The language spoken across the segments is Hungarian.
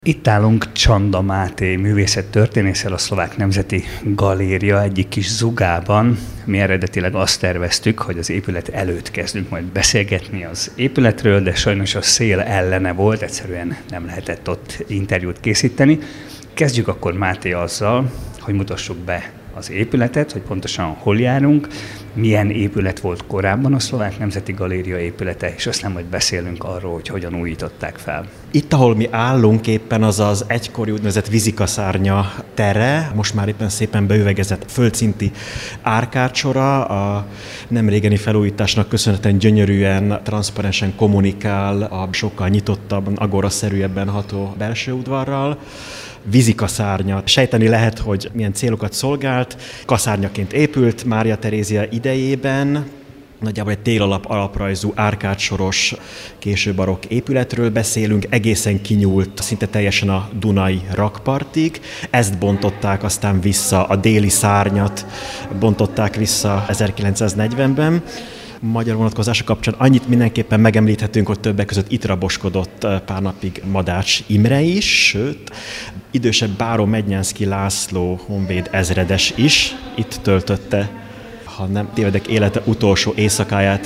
Itt állunk Csanda Máté művészettörténésszel, a Szlovák Nemzeti Galéria egyik kis zugában. Mi eredetileg azt terveztük, hogy az épület előtt kezdünk majd beszélgetni az épületről, de sajnos a szél ellene volt, egyszerűen nem lehetett ott interjút készíteni. Kezdjük akkor, Máté, azzal, hogy mutassuk be az épületet, hogy pontosan hol járunk, milyen épület volt korábban a Szlovák Nemzeti Galéria épülete, és aztán majd beszélünk arról, hogy hogyan újították fel. Itt, ahol mi állunk éppen, az az egykori úgynevezett vízikaszárnya tere, most már éppen szépen beüvegezett földszinti árkádsora, a nemrégeni felújításnak köszönhetően gyönyörűen, transzparensen kommunikál a sokkal nyitottabban, agoraszerűebben ható belső udvarral. Vízikaszárnya. Sejteni lehet, hogy milyen célokat szolgált. Kaszárnyaként épült Mária Terézia idejében. Nagyjából egy télalap alaprajzú árkádsoros késő barokk épületről beszélünk, egészen kinyúlt, szinte teljesen a Dunai rakpartig. Ezt bontották aztán vissza, a déli szárnyat bontották vissza 1940-ben. Magyar vonatkozása kapcsán annyit mindenképpen megemlíthetünk, hogy többek között itt raboskodott pár napig Madács Imre is, sőt, idősebb báró Mednyánszky László honvéd ezredes is itt töltötte, ha nem tévedek, élete utolsó éjszakáját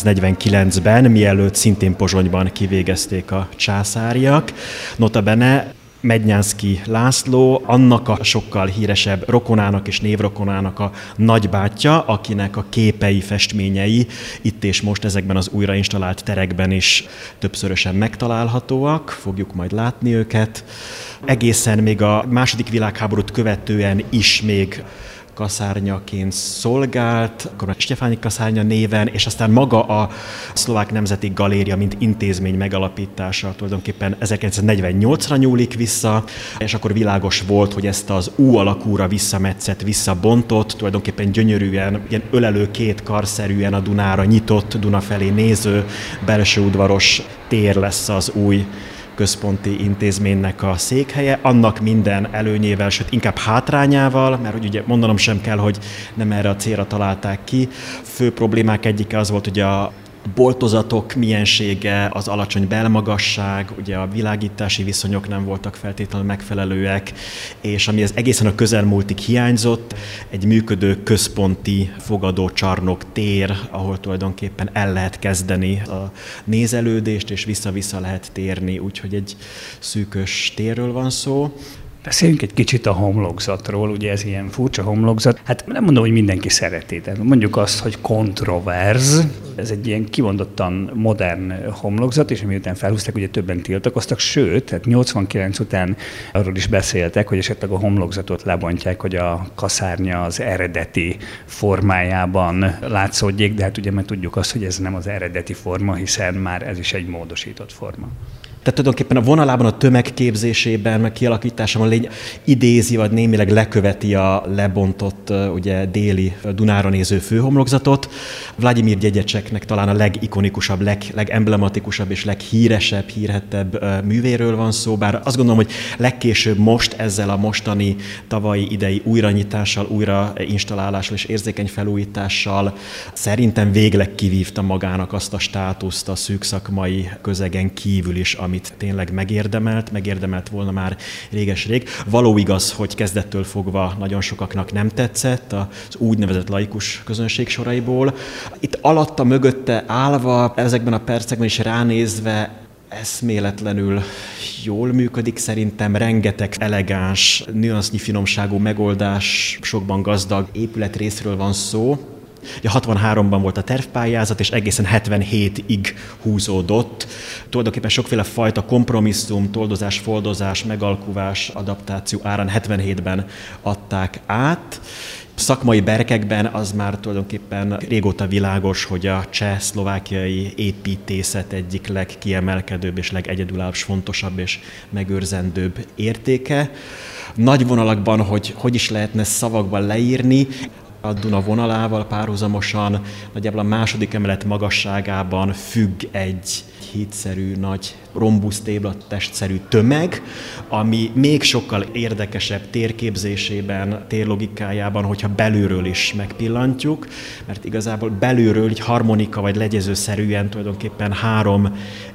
1849-ben, mielőtt szintén Pozsonyban kivégezték a császáriak. Notabene Mednyánszky László annak a sokkal híresebb rokonának és névrokonának a nagybátyja, akinek a képei, festményei itt és most ezekben az újrainstallált terekben is többszörösen megtalálhatóak, fogjuk majd látni őket. Egészen még a II. Világháborút követően is még kaszárnyaként szolgált, akkor Stefánik kaszárnya néven, és aztán maga a Szlovák Nemzeti Galéria, mint intézmény megalapítása tulajdonképpen 1948-ra nyúlik vissza, és akkor világos volt, hogy ezt az U alakúra visszametszett, visszabontott, tulajdonképpen gyönyörűen, ilyen ölelő két karszerűen a Dunára nyitott, Duna felé néző, belső udvaros tér lesz az új központi intézménynek a székhelye, annak minden előnyével, sőt inkább hátrányával, mert hogy ugye mondanom sem kell, hogy nem erre a célra találták ki. Fő problémák egyike az volt, hogy a boltozatok miensége, az alacsony belmagasság, ugye a világítási viszonyok nem voltak feltétlenül megfelelőek, és ami ez egészen a közelmúltig hiányzott, egy működő központi fogadócsarnok tér, ahol tulajdonképpen el lehet kezdeni a nézelődést, és vissza-vissza lehet térni, úgyhogy egy szűkös térről van szó. Beszéljünk egy kicsit a homlokzatról, ugye ez ilyen furcsa homlokzat. Hát nem mondom, hogy mindenki szereti, de mondjuk azt, hogy kontroverz. Ez egy ilyen kimondottan modern homlokzat, és miután felhúzták, ugye többen tiltakoztak, sőt, tehát 89 után arról is beszéltek, hogy esetleg a homlokzatot lebontják, hogy a kaszárnya az eredeti formájában látszódjék, de hát ugye mert tudjuk azt, hogy ez nem az eredeti forma, hiszen már ez is egy módosított forma. Tehát tulajdonképpen a vonalában, a tömegképzésében, meg kialakításában idézi, vagy némileg leköveti a lebontott, ugye déli Dunára néző főhomlokzatot. Vladimir Gyegyecseknek talán a legikonikusabb, legemblematikusabb és leghíresebb, hírhettebb művéről van szó, bár azt gondolom, hogy legkésőbb most ezzel a mostani tavalyi idei újranyitással, újrainstalálással és érzékeny felújítással szerintem végleg kivívta magának azt a státuszt a szűk szakmai közegen kívül is, amit tényleg megérdemelt volna már réges-rég. Való igaz, hogy kezdettől fogva nagyon sokaknak nem tetszett az úgynevezett laikus közönség soraiból. Itt alatta, mögötte állva, ezekben a percekben is ránézve eszméletlenül jól működik, szerintem rengeteg elegáns, nüansznyi finomságú megoldás, sokban gazdag épületrészről van szó. Ugye 63-ban volt a tervpályázat, és egészen 77-ig húzódott. Tulajdonképpen sokféle fajta kompromisszum, toldozás, foldozás, megalkuvás, adaptáció árán 77-ben adták át. Szakmai berkekben az már tulajdonképpen régóta világos, hogy a cseh-szlovákiai építészet egyik legkiemelkedőbb és legegyedülállóbb, fontosabb és megőrzendőbb értéke. Nagy vonalakban, hogy is lehetne szavakban leírni, a Duna vonalával párhuzamosan nagyjából a második emelet magasságában függ egy hídszerű, nagy rombusz téblatestszerű tömeg, ami még sokkal érdekesebb térképzésében, térlogikájában, hogyha belülről is megpillantjuk, mert igazából belülről így harmonika vagy legyezőszerűen tulajdonképpen három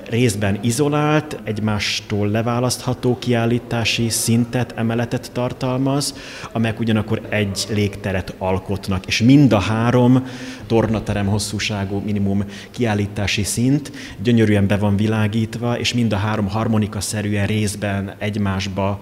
részben izolált, egymástól leválasztható kiállítási szintet, emeletet tartalmaz, amelyek ugyanakkor egy légteret alkotnak, és mind a 3 tornaterem hosszúságú minimum kiállítási szint gyönyörűen be van világítva, és mind a 3 harmonikaszerűen részben egymásba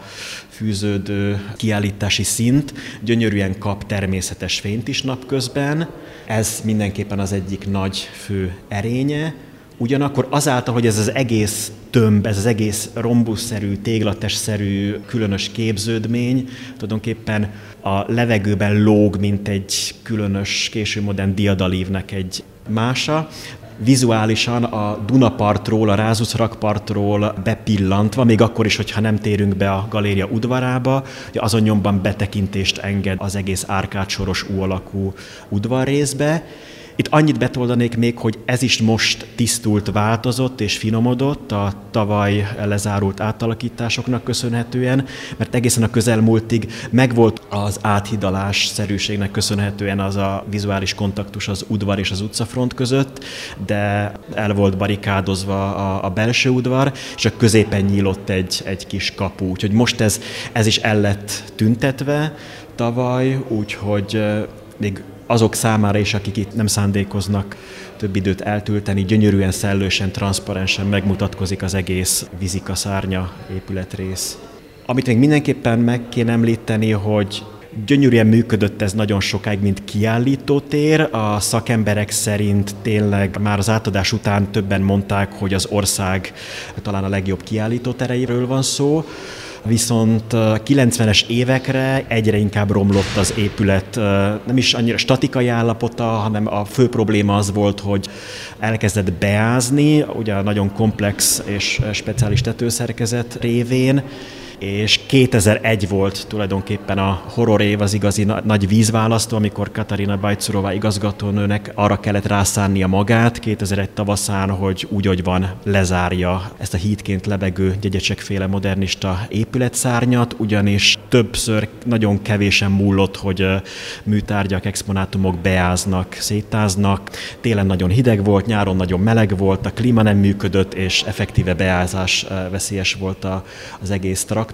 fűződő kiállítási szint gyönyörűen kap természetes fényt is napközben. Ez mindenképpen az egyik nagy fő erénye. Ugyanakkor azáltal, hogy ez az egész tömb, ez az egész rombuszszerű, téglatesszerű, különös képződmény tulajdonképpen a levegőben lóg, mint egy különös, késő modern diadalívnek egy mása. Vizuálisan a Dunapartról, a Rázusz rakpartról bepillantva, még akkor is, hogyha nem térünk be a galéria udvarába, azon nyomban betekintést enged az egész árkádsoros U-alakú udvarrészbe. Itt annyit betoldanék még, hogy ez is most tisztult, változott és finomodott a tavaly lezárult átalakításoknak köszönhetően, mert egészen a közelmúltig megvolt az áthidalás szerűségnek köszönhetően az a vizuális kontaktus az udvar és az utcafront között, de el volt barikádozva a belső udvar, és a középen nyílott egy kis kapu. Úgyhogy most ez is el lett tüntetve tavaly, úgyhogy még azok számára is, akik itt nem szándékoznak több időt eltölteni, gyönyörűen, szellősen, transzparensen megmutatkozik az egész vizikaszárnya épületrész. Amit még mindenképpen meg kéne említeni, hogy gyönyörűen működött ez nagyon sokáig, mint kiállítótér. A szakemberek szerint tényleg már az átadás után többen mondták, hogy az ország talán a legjobb kiállítótereiről van szó. Viszont 90-es évekre egyre inkább romlott az épület, nem is annyira statikai állapota, hanem a fő probléma az volt, hogy elkezdett beázni, ugye nagyon komplex és speciális tetőszerkezet révén, és 2001 volt tulajdonképpen a horror év, az igazi nagy vízválasztó, amikor Katarina Bajcurová igazgatónőnek arra kellett rászánnia magát 2001 tavaszán, hogy úgy, hogy van, lezárja ezt a hídként lebegő Gyegyecsek-féle modernista épületszárnyat, ugyanis többször nagyon kevésen múlott, hogy műtárgyak, exponátumok beáznak, szétáznak. Télen nagyon hideg volt, nyáron nagyon meleg volt, a klíma nem működött, és effektíve beázás veszélyes volt az egész traktus.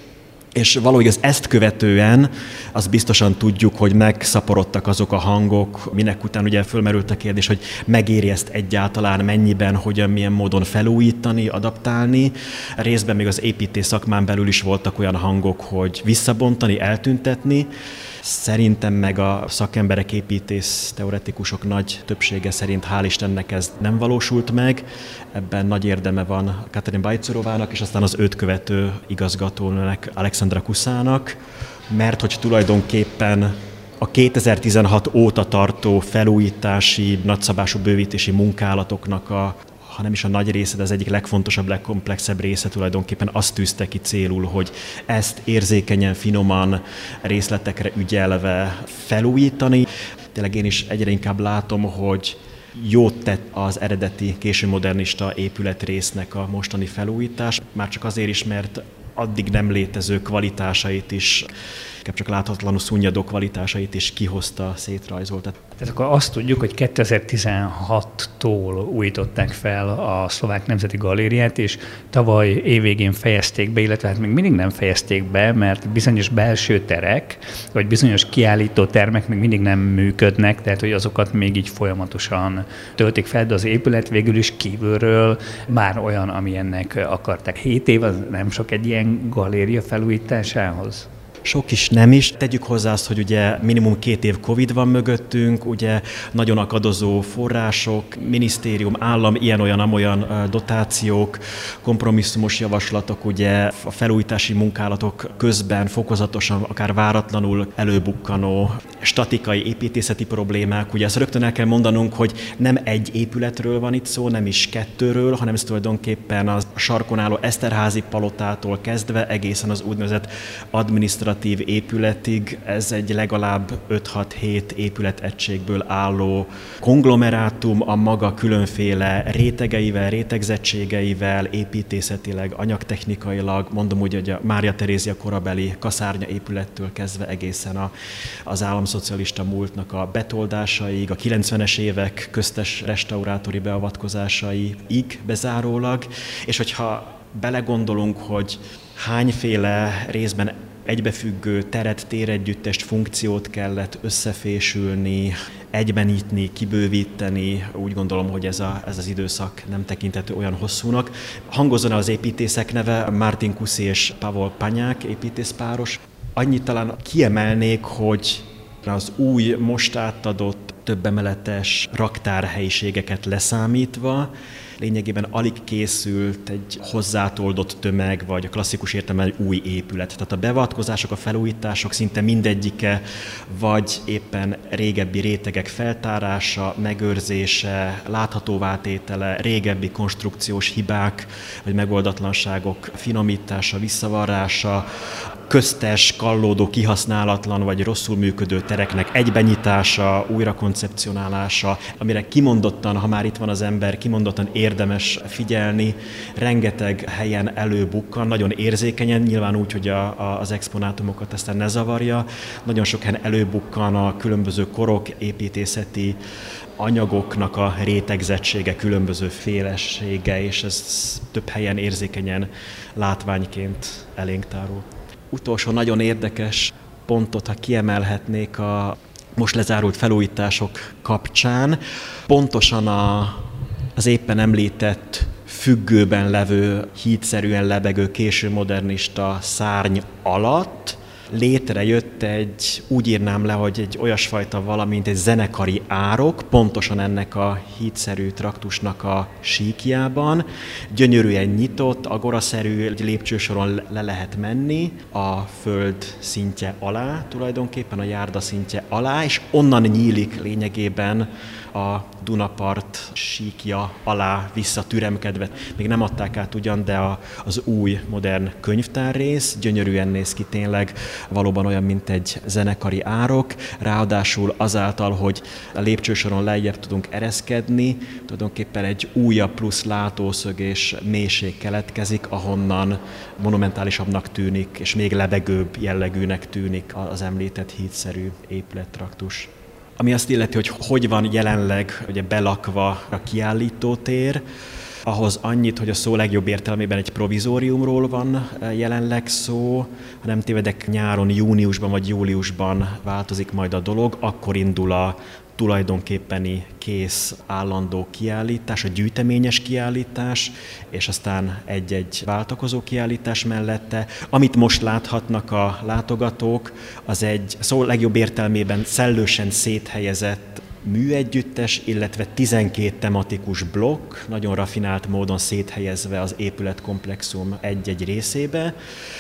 És valahogy ezt követően azt biztosan tudjuk, hogy megszaporodtak azok a hangok, minek után ugye fölmerült a kérdés, hogy megéri ezt egyáltalán, mennyiben, hogyan, milyen módon felújítani, adaptálni. Részben még az építész szakmán belül is voltak olyan hangok, hogy visszabontani, eltüntetni. Szerintem meg a szakemberek, építész teoretikusok nagy többsége szerint hál' Istennek ez nem valósult meg. Ebben nagy érdeme van Katarina Bajcurovának, és aztán az őt követő igazgatónőnek, Alexandra Kuszának, mert hogy tulajdonképpen a 2016 óta tartó felújítási, nagyszabású bővítési munkálatoknak ha nem is a nagy része, de az egyik legfontosabb, legkomplexebb része tulajdonképpen azt tűzte ki célul, hogy ezt érzékenyen, finoman, részletekre ügyelve felújítani. Tényleg én is egyre inkább látom, hogy jót tett az eredeti késő modernista épületrésznek a mostani felújítás, már csak azért is, mert addig nem létező kvalitásait is, csak láthatatlanul szunnyadó kvalitásait is kihozta, szétrajzolta. Tehát akkor azt tudjuk, hogy 2016-tól újították fel a Szlovák Nemzeti Galériát, és tavaly évvégén fejezték be, illetve hát még mindig nem fejezték be, mert bizonyos belső terek, vagy bizonyos kiállító termek még mindig nem működnek, tehát hogy azokat még így folyamatosan töltik fel, de az épület végül is kívülről már olyan, amilyennek akarták. 7 év, az nem sok egy ilyen galéria felújításához? Sok is nem is. Tegyük hozzá azt, hogy ugye minimum 2 év Covid van mögöttünk, ugye nagyon akadozó források, minisztérium, állam, ilyen-olyan dotációk, kompromisszumos javaslatok, ugye a felújítási munkálatok közben fokozatosan, akár váratlanul előbukkanó statikai, építészeti problémák. Ugye ezt rögtön el kell mondanunk, hogy nem egy épületről van itt szó, nem is 2-ről, hanem ez tulajdonképpen a sarkon álló Eszterházy palotától kezdve egészen az úgynevezett adminisztratív administratív épületig ez egy legalább 5-6-7 épületegységből álló konglomerátum a maga különféle rétegeivel, rétegzettségeivel, építészetileg, anyagtechnikailag, mondom úgy, hogy a Mária Terézia korabeli kaszárnya épülettől kezdve egészen az államszocialista múltnak a betoldásaig, a 90-es évek köztes restaurátori beavatkozásaiig bezárólag, és hogyha belegondolunk, hogy hányféle részben egybefüggő teret, téregyüttest, funkciót kellett összefésülni, egybenítni, kibővíteni, úgy gondolom, hogy ez az időszak nem tekinthető olyan hosszúnak. Hangozzon az építészek neve, Martin Kuszi és Pavol Panyák építészpáros. Annyit talán kiemelnék, hogy az új, most átadott több emeletes raktárhelyiségeket leszámítva, lényegében alig készült egy hozzátoldott tömeg, vagy a klasszikus értelemben egy új épület. Tehát a beavatkozások, a felújítások szinte mindegyike, vagy éppen régebbi rétegek feltárása, megőrzése, láthatóvá tétele, régebbi konstrukciós hibák, vagy megoldatlanságok finomítása, visszavarrása, köztes, kallódó, kihasználatlan vagy rosszul működő tereknek egybenyitása, újrakoncepcionálása, amire kimondottan, ha már itt van az ember, kimondottan érdemes figyelni, rengeteg helyen előbukkan, nagyon érzékenyen, nyilván úgy, hogy az exponátumokat aztán ne zavarja, nagyon sok helyen előbukkan a különböző korok, építészeti anyagoknak a rétegzettsége, különböző félesége, és ez több helyen érzékenyen látványként elénk tárul. Utolsó nagyon érdekes pontot, ha kiemelhetnék a most lezárult felújítások kapcsán, pontosan az éppen említett függőben levő, hídszerűen lebegő késő modernista szárny alatt létrejött úgy írnám le, hogy egy olyasfajta valamint egy zenekari árok, pontosan ennek a hídszerű traktusnak a síkjában. Gyönyörűen nyitott, agoraszerű, egy lépcsősoron le lehet menni a föld szintje alá, tulajdonképpen a járda szintje alá, és onnan nyílik lényegében a Dunapart síkja alá visszatüremkedve. Még nem adták át ugyan, de az új modern könyvtárrész gyönyörűen néz ki tényleg, valóban olyan, mint egy zenekari árok, ráadásul azáltal, hogy a lépcsősoron lejjebb tudunk ereszkedni, tulajdonképpen egy újabb plusz látószög és mélység keletkezik, ahonnan monumentálisabbnak tűnik, és még lebegőbb jellegűnek tűnik az említett hídszerű épülettraktus. Ami azt illeti, hogy van jelenleg ugye belakva a kiállítótér, ahhoz annyit, hogy a szó legjobb értelmében egy provizóriumról van jelenleg szó, ha nem tévedek, nyáron, júniusban vagy júliusban változik majd a dolog, akkor indul a tulajdonképpeni kész állandó kiállítás, a gyűjteményes kiállítás, és aztán egy-egy váltakozó kiállítás mellette. Amit most láthatnak a látogatók, az egy szó legjobb értelmében szellősen széthelyezett műegyüttes, illetve 12 tematikus blokk, nagyon rafinált módon széthelyezve az épületkomplexum egy-egy részébe.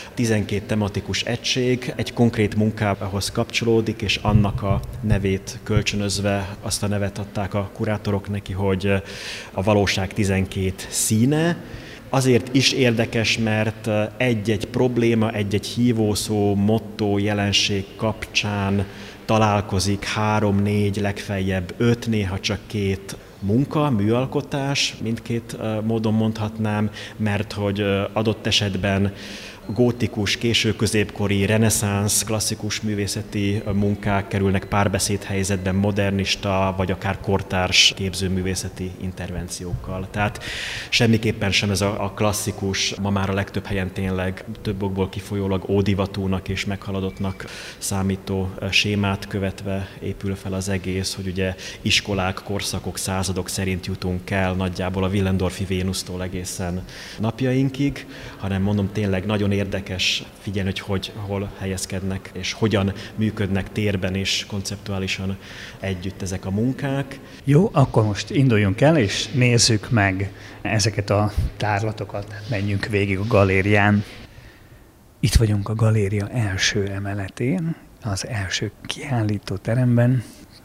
12 tematikus egység egy konkrét munkához kapcsolódik, és annak a nevét kölcsönözve azt a nevet adták a kurátorok neki, hogy a valóság 12 színe. Azért is érdekes, mert egy-egy probléma, egy-egy hívószó, motto, jelenség kapcsán találkozik 3-4, legfeljebb 5, néha csak 2 munka, műalkotás, mindkét módon mondhatnám, mert hogy adott esetben gótikus, késő-középkori, reneszánsz, klasszikus művészeti munkák kerülnek párbeszédhelyzetben modernista, vagy akár kortárs képzőművészeti intervenciókkal. Tehát semmiképpen sem ez a klasszikus, ma már a legtöbb helyen tényleg több okból kifolyólag ódivatúnak és meghaladottnak számító sémát követve épül fel az egész, hogy ugye iskolák, korszakok, századok szerint jutunk el nagyjából a Willendorfi Vénusztól egészen napjainkig, hanem mondom tényleg nagyon érdekes figyelni, hogy hol helyezkednek, és hogyan működnek térben és konceptuálisan együtt ezek a munkák. Jó, akkor most induljunk el, és nézzük meg ezeket a tárlatokat, menjünk végig a galérián. Itt vagyunk a galéria első emeletén, az első kiállító teremben.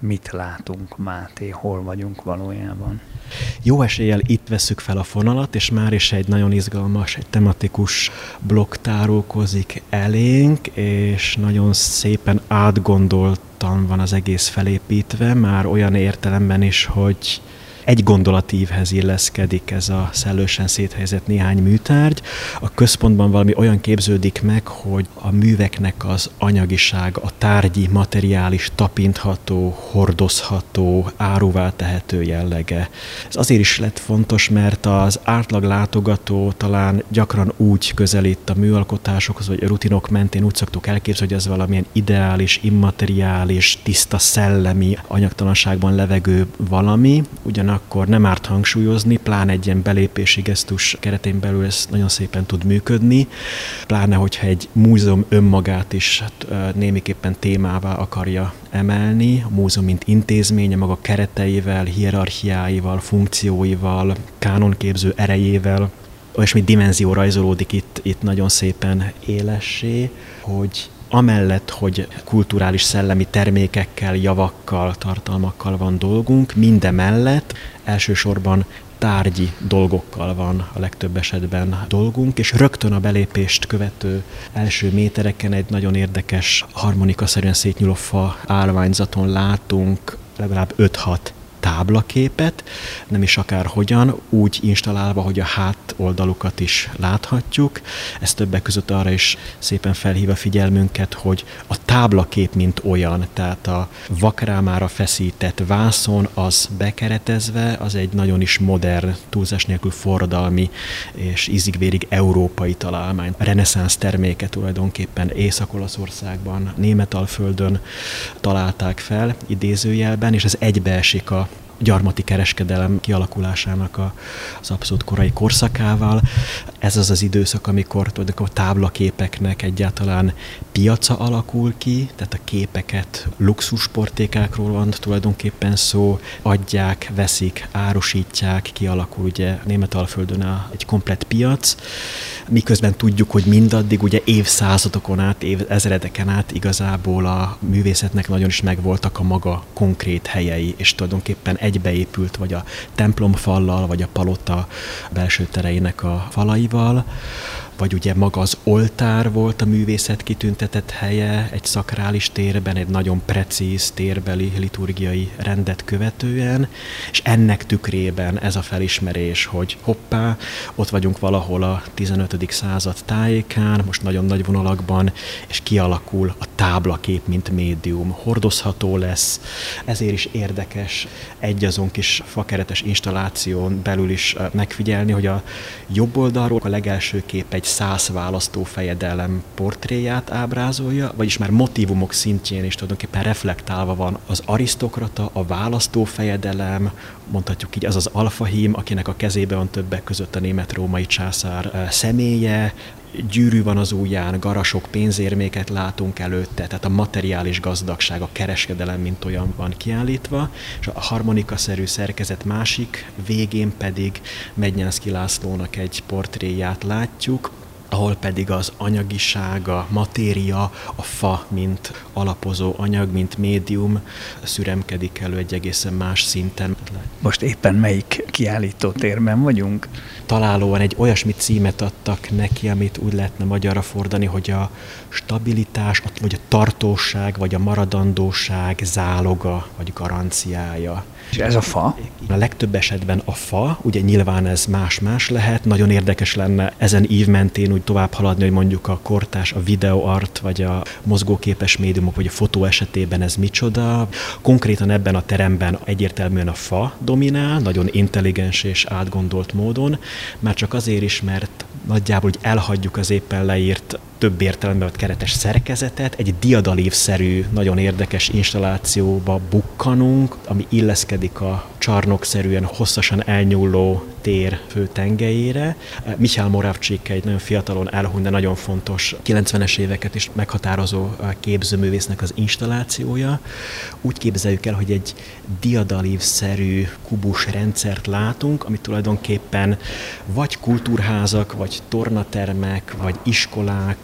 mit látunk, Máté, hol vagyunk valójában? Jó eséllyel itt vesszük fel a fonalat, és már is egy nagyon izgalmas, egy tematikus blokk tárulkozik elénk, és nagyon szépen átgondoltan van az egész felépítve, már olyan értelemben is, hogy egy gondolatívhez illeszkedik ez a szellősen széthelyezett néhány műtárgy. A központban valami olyan képződik meg, hogy a műveknek az anyagiság, a tárgyi, materiális, tapintható, hordozható, áruvá tehető jellege. Ez azért is lett fontos, mert az átlag látogató talán gyakran úgy közelít a műalkotásokhoz, vagy a rutinok mentén úgy szoktuk elképzelni, hogy ez valamilyen ideális, immateriális, tiszta szellemi, anyagtalanságban levegő valami, akkor nem árt hangsúlyozni, pláne egy ilyen belépési gesztus keretén belül ez nagyon szépen tud működni, pláne hogyha egy múzeum önmagát is némiképpen témává akarja emelni, a múzeum mint intézménye, maga kereteivel, hierarchiáival, funkcióival, kánonképző erejével, olyasmi dimenzió rajzolódik itt nagyon szépen élessé, hogy amellett, hogy kulturális szellemi termékekkel, javakkal, tartalmakkal van dolgunk, mindemellett elsősorban tárgyi dolgokkal van a legtöbb esetben dolgunk, és rögtön a belépést követő első métereken egy nagyon érdekes, harmonikaszerűen szétnyúló fa állványzaton látunk legalább 5-6 táblaképet, nem is akárhogyan, úgy installálva, hogy a hátoldalukat is láthatjuk. Ez többek között arra is szépen felhív a figyelmünket, hogy a táblakép mint olyan, tehát a vakrámára feszített vászon, az bekeretezve, az egy nagyon is modern, túlzás nélkül forradalmi és ízig-vérig európai találmány. A reneszánsz terméke tulajdonképpen Észak-Olaszországban, Németalföldön találták fel idézőjelben, és ez egybeesik a gyarmati kereskedelem kialakulásának az abszolút korai korszakával. Ez az az időszak, amikor a táblaképeknek egyáltalán piaca alakul ki, tehát a képeket luxusportékákról van tulajdonképpen szó, adják, veszik, árusítják, kialakul ugye Németalföldön egy komplett piac, miközben tudjuk, hogy mindaddig ugye évszázadokon át, ezredeken át igazából a művészetnek nagyon is megvoltak a maga konkrét helyei, és tulajdonképpen egybeépült vagy a templomfallal, vagy a palota belső tereinek a falaival, vagy ugye maga az oltár volt a művészet kitüntetett helye egy szakrális térben, egy nagyon precíz térbeli liturgiai rendet követően, és ennek tükrében ez a felismerés, hogy hoppá, ott vagyunk valahol a 15. század tájékán, most nagyon nagy vonalakban, és kialakul a táblakép, mint médium, hordozható lesz, ezért is érdekes egy azon kis fakeretes installáción belül is megfigyelni, hogy a jobb oldalról a legelső kép egy 100 választófejedelem portréját ábrázolja, vagyis már motívumok szintjén is tulajdonképpen reflektálva van az arisztokrata, a választófejedelem, mondhatjuk így, az az alfahím, akinek a kezében van többek között a német-római császár személye, gyűrű van az ujján, garasok, pénzérméket látunk előtte, tehát a materiális gazdagság, a kereskedelem mint olyan van kiállítva, és a harmonikaszerű szerkezet másik végén pedig Mednyánszky Lászlónak egy portréját látjuk, ahol pedig az anyagiság, a matéria, a fa, mint alapozó anyag, mint médium szüremkedik elő egy egészen más szinten. Most éppen melyik kiállítótérben vagyunk? Találóan egy olyasmi címet adtak neki, amit úgy lehetne magyarra fordani, hogy a stabilitás, vagy a tartóság, vagy a maradandóság záloga, vagy garanciája. És ez a fa? A legtöbb esetben a fa, ugye nyilván ez más-más lehet, nagyon érdekes lenne ezen ív mentén úgy tovább haladni, hogy mondjuk a kortárs, a videoart, vagy a mozgóképes médiumok, vagy a fotó esetében ez micsoda. Konkrétan ebben a teremben egyértelműen a fa dominál, nagyon intelligens és átgondolt módon, már csak azért is, mert nagyjából hogy elhagyjuk az éppen leírt több értelemben vett keretes szerkezetet, egy diadalívszerű, nagyon érdekes installációba bukkanunk, ami illeszkedik a csarnokszerűen hosszasan elnyúló tér fő tengelyére. Michal Moravcsik egy nagyon fiatalon elhunyt, de nagyon fontos 90-es éveket is meghatározó képzőművésznek az installációja. Úgy képzeljük el, hogy egy diadalívszerű kubus rendszert látunk, amit tulajdonképpen vagy kultúrházak, vagy tornatermek, vagy iskolák,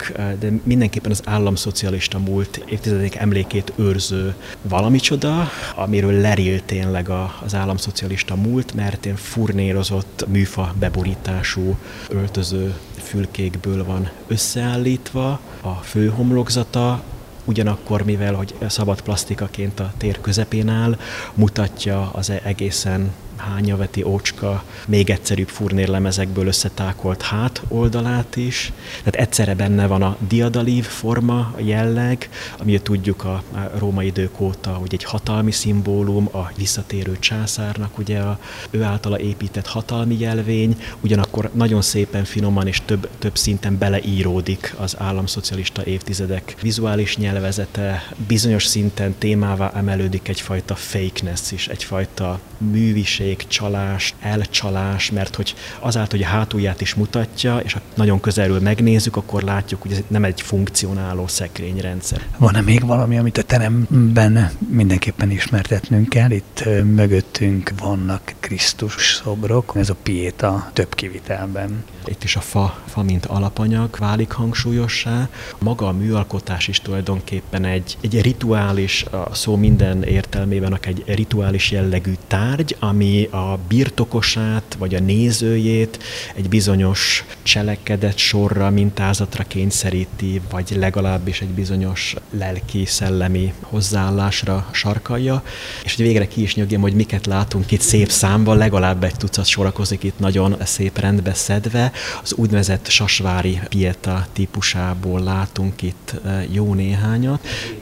de mindenképpen az államszocialista múlt évtizedek emlékét őrző valamicsoda, amiről leríl tényleg az államszocialista múlt, mert ilyen furnérozott műfa beborítású öltöző fülkékből van összeállítva, a főhomlokzata, ugyanakkor, mivel hogy szabad plastikaként a tér közepén áll, mutatja az egészen hányaveti ócska, még egyszerűbb furnérlemezekből összetákolt hát oldalát is. Tehát egyszerre benne van a diadalív forma, a jelleg, ami tudjuk a római idők óta, hogy egy hatalmi szimbólum, a visszatérő császárnak ugye ő általa épített hatalmi jelvény, ugyanakkor nagyon szépen, finoman és több szinten beleíródik az államszocialista évtizedek vizuális nyelvezete, bizonyos szinten témává emelődik egyfajta fakeness is, egyfajta műviség, csalás, elcsalás, mert hogy azáltal, hogy a hátulját is mutatja, és ha nagyon közelről megnézzük, akkor látjuk, hogy ez nem egy funkcionáló szekrényrendszer. Van-e még valami, amit a teremben mindenképpen ismertetnünk kell? Itt mögöttünk vannak Krisztus szobrok, ez a piéta több kivitelben. Itt is a fa mint alapanyag válik hangsúlyossá. Maga a műalkotás is tulajdonképpen egy rituális, a szó minden értelmében egy rituális jellegű tárgy, ami a birtokosát vagy a nézőjét egy bizonyos cselekedet sorra, mintázatra kényszeríti, vagy legalábbis egy bizonyos lelki-szellemi hozzáállásra sarkalja. És hogy végre ki is nyögjem, hogy miket látunk itt szép számban, legalább egy tucat sorakozik itt nagyon szép rendbe szedve. Az úgynevezett sasvári pieta típusából látunk itt jó néhányat.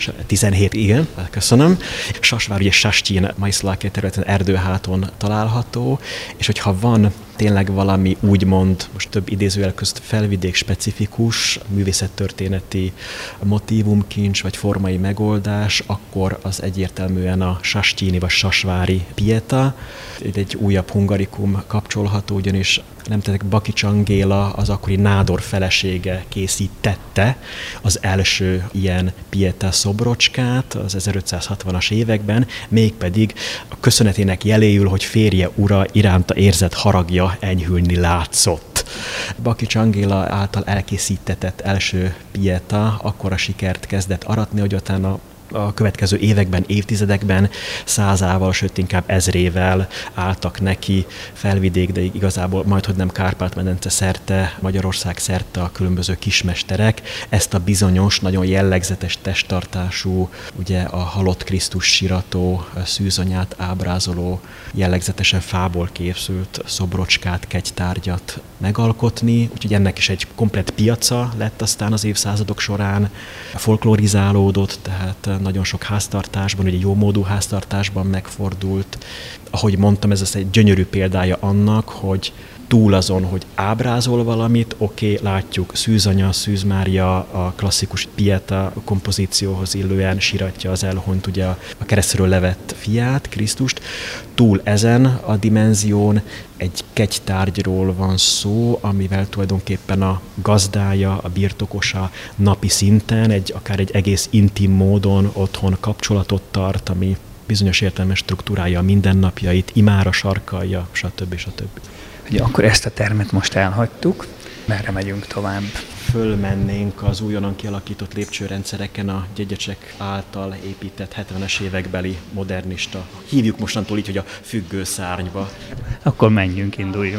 17, igen, köszönöm. Sasvár ugye Sastyin Majszlákia területen erdőháton található, és hogyha van tényleg valami úgymond, most több idézőjel közt felvidék specifikus művészettörténeti motívumkincs vagy formai megoldás, akkor az egyértelműen a sastyini vagy sasvári pieta. Itt egy újabb hungarikum kapcsolható, ugyanis Bakics Angéla, az akkori nádor felesége készítette az első ilyen pieta szobrocskát az 1560-as években, mégpedig a köszönetének jeléül, hogy férje ura iránta érzett haragja enyhülni látszott. Bakics Angéla által elkészítetett első pieta akkora sikert kezdett aratni, hogy utána a következő években, évtizedekben százával, sőt inkább ezrével álltak neki felvidék, de igazából majdhogy nem Kárpát-medence szerte, Magyarország szerte a különböző kismesterek ezt a bizonyos, nagyon jellegzetes testtartású, ugye a halott Krisztus sirató szűzanyát ábrázoló, jellegzetesen fából készült szobrocskát, kegytárgyat megalkotni, úgyhogy ennek is egy komplett piaca lett aztán az évszázadok során, folklorizálódott, tehát nagyon sok háztartásban, ugye jómódú háztartásban megfordult. Ahogy mondtam, ez egy gyönyörű példája annak, hogy túl azon, hogy ábrázol valamit, oké, látjuk Szűzanya, Szűz Mária, a klasszikus pieta kompozícióhoz illően siratja az elhunyt, ugye a keresztről levett fiát, Krisztust. Túl ezen a dimenzión egy kegytárgyról van szó, amivel tulajdonképpen a gazdája, a birtokosa napi szinten, akár egy egész intim módon otthon kapcsolatot tart, ami bizonyos értelmes struktúrája a mindennapjait, imára sarkalja, stb. Ugye akkor ezt a termet most elhagytuk, merre megyünk tovább? Fölmennénk az újonnan kialakított lépcsőrendszereken a Gyegyecsek által épített 70-es évekbeli modernista. Hívjuk mostantól így, hogy a függő szárnyba. Akkor menjünk, induljunk.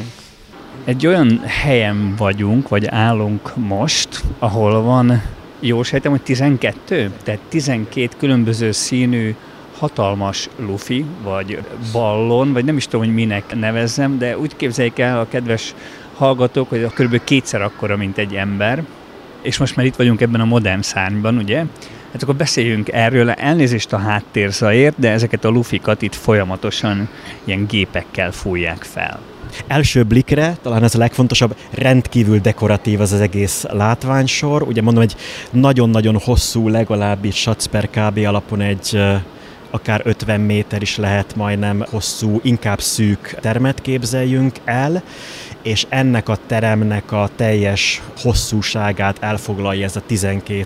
Egy olyan helyen vagyunk, vagy állunk most, ahol van, jól sejtem, hogy 12? Tehát 12 különböző színű hatalmas lufi, vagy ballon, vagy nem is tudom, hogy minek nevezzem, de úgy képzeljék el a kedves hallgatók, hogy kb. Kétszer akkora, mint egy ember, és most már itt vagyunk ebben a modern szárnyban, ugye? Hát akkor beszéljünk erről, elnézést a háttérzajért, de ezeket a lufikat itt folyamatosan ilyen gépekkel fújják fel. Első blikre, talán ez a legfontosabb, rendkívül dekoratív az egész látványsor. Ugye mondom, egy nagyon-nagyon hosszú, legalábbis satsz per kb. Alapon egy akár 50 méter is lehet majdnem hosszú, inkább szűk termet képzeljünk el, és ennek a teremnek a teljes hosszúságát elfoglalja ez a 12